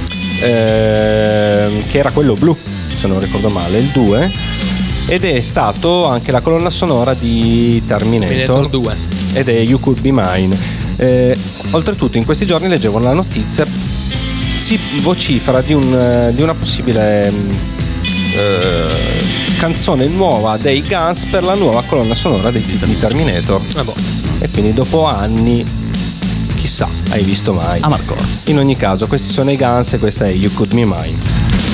Che era quello blu, se non ricordo male, il 2, ed è stato anche la colonna sonora di Terminator 2 ed è You Could Be Mine. Oltretutto in questi giorni leggevo la notizia, si vocifera di una possibile canzone nuova dei Guns per la nuova colonna sonora di Terminator. E quindi dopo anni, chissà, hai visto mai? Amarcord. In ogni caso, questi sono i Guns e questa è You Could Be Mine.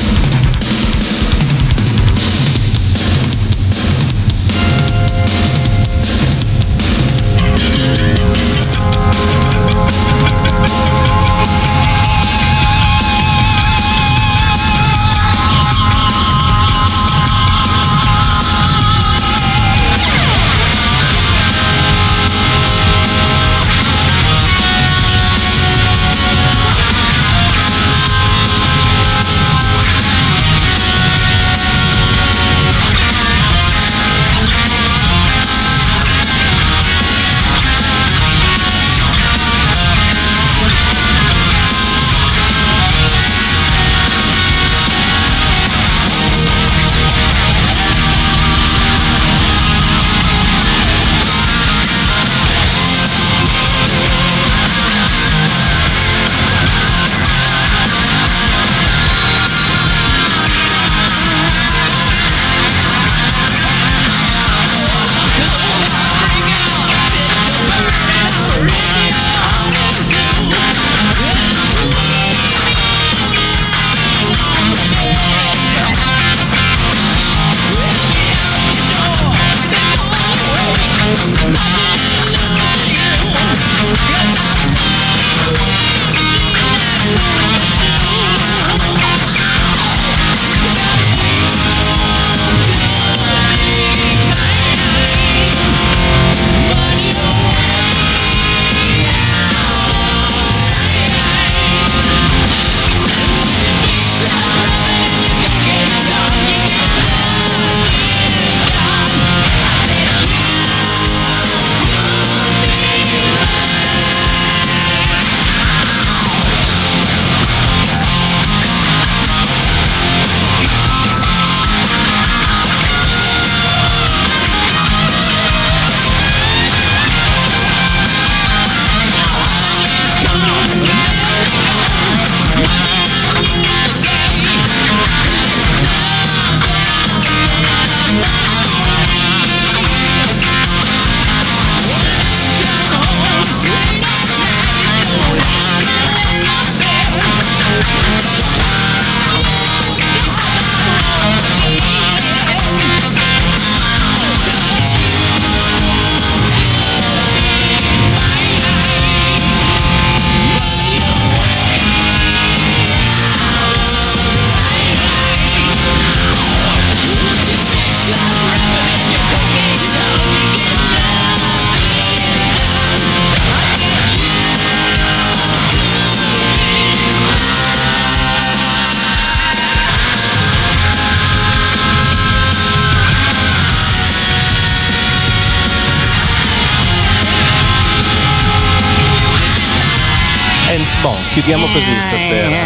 Bon, chiudiamo così stasera.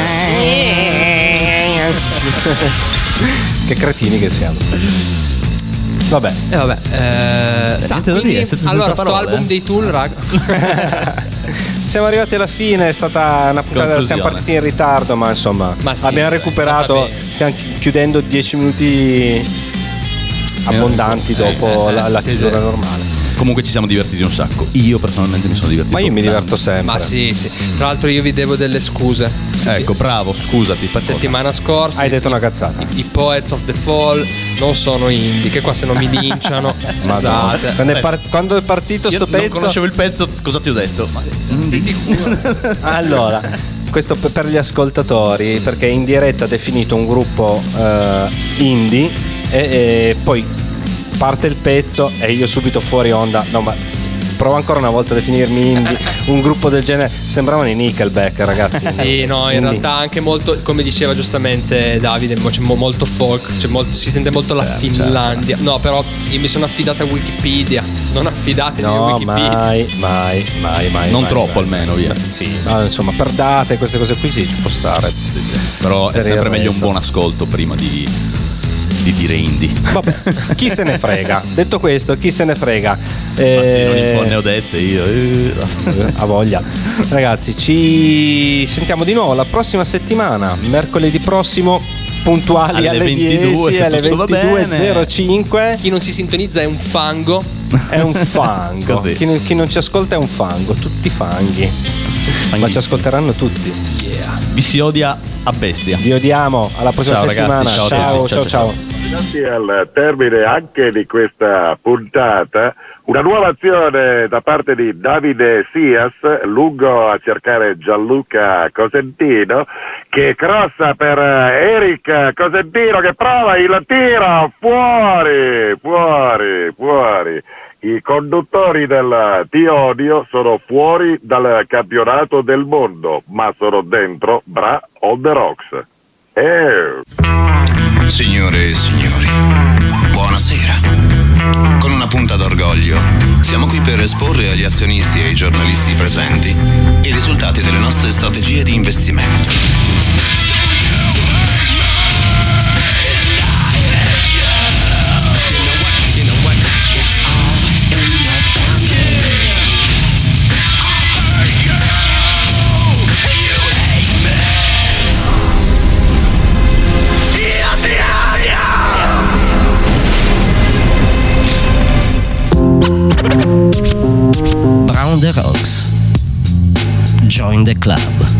Che cretini che siamo. Vabbè. Quindi, allora, sto album dei Tool, raga. Siamo arrivati alla fine, è stata una puntata, siamo partiti in ritardo, ma insomma abbiamo recuperato, stiamo chiudendo 10 minuti abbondanti dopo la chiusura normale. Comunque ci siamo divertiti un sacco. Io personalmente mi sono divertito. Ma io mi diverto sempre. Ma sì. Tra l'altro io vi devo delle scuse. Ecco, bravo, scusati. Settimana scorsa hai detto una cazzata. I Poets of the Fall non sono indie, che qua se non mi linciano. Scusate. Quando è partito sto pezzo. Non conoscevo il pezzo, cosa ti ho detto? Ma sei sicuro? Allora, questo per gli ascoltatori, perché in diretta ha definito un gruppo indie e poi parte il pezzo e io subito fuori onda, no, ma provo ancora una volta a definirmi indie. Un gruppo del genere, sembravano i Nickelback, ragazzi. Sì, no, in realtà anche molto, come diceva giustamente Davide, c'è molto folk, si sente molto la Finlandia. Certo. No, però io mi sono affidato a Wikipedia, non affidatevi a Wikipedia. mai. Non troppo almeno, via. Sì, ma insomma, per date, queste cose qui sì, ci può stare. Sì. Però è sempre meglio un buon ascolto prima di dire indie. Vabbè, chi se ne frega. Detto questo, chi se ne frega. Ma sì, non un po' ne ho dette io. A voglia. Ragazzi, ci sentiamo di nuovo la prossima settimana, mercoledì prossimo, puntuali alle 22, 10, alle 22.05. Chi non si sintonizza è un fango. È un fango. Così. Chi non ci ascolta è un fango. Tutti fanghi. Ma ci ascolteranno tutti. Vi si odia a bestia. Vi odiamo. Alla prossima Ciao, settimana. ragazzi, ciao. Grazie al termine anche di questa puntata, una nuova azione da parte di Davide Sias, lungo a cercare Gianluca Cosentino, che crossa per Eric Cosentino che prova il tiro, fuori. I conduttori del Ti Odio sono fuori dal campionato del mondo, ma sono dentro Bra on the Rocks. Signore e signori, buonasera. Con una punta d'orgoglio, siamo qui per esporre agli azionisti e ai giornalisti presenti i risultati delle nostre strategie di investimento. Brown the Rocks. Join the club.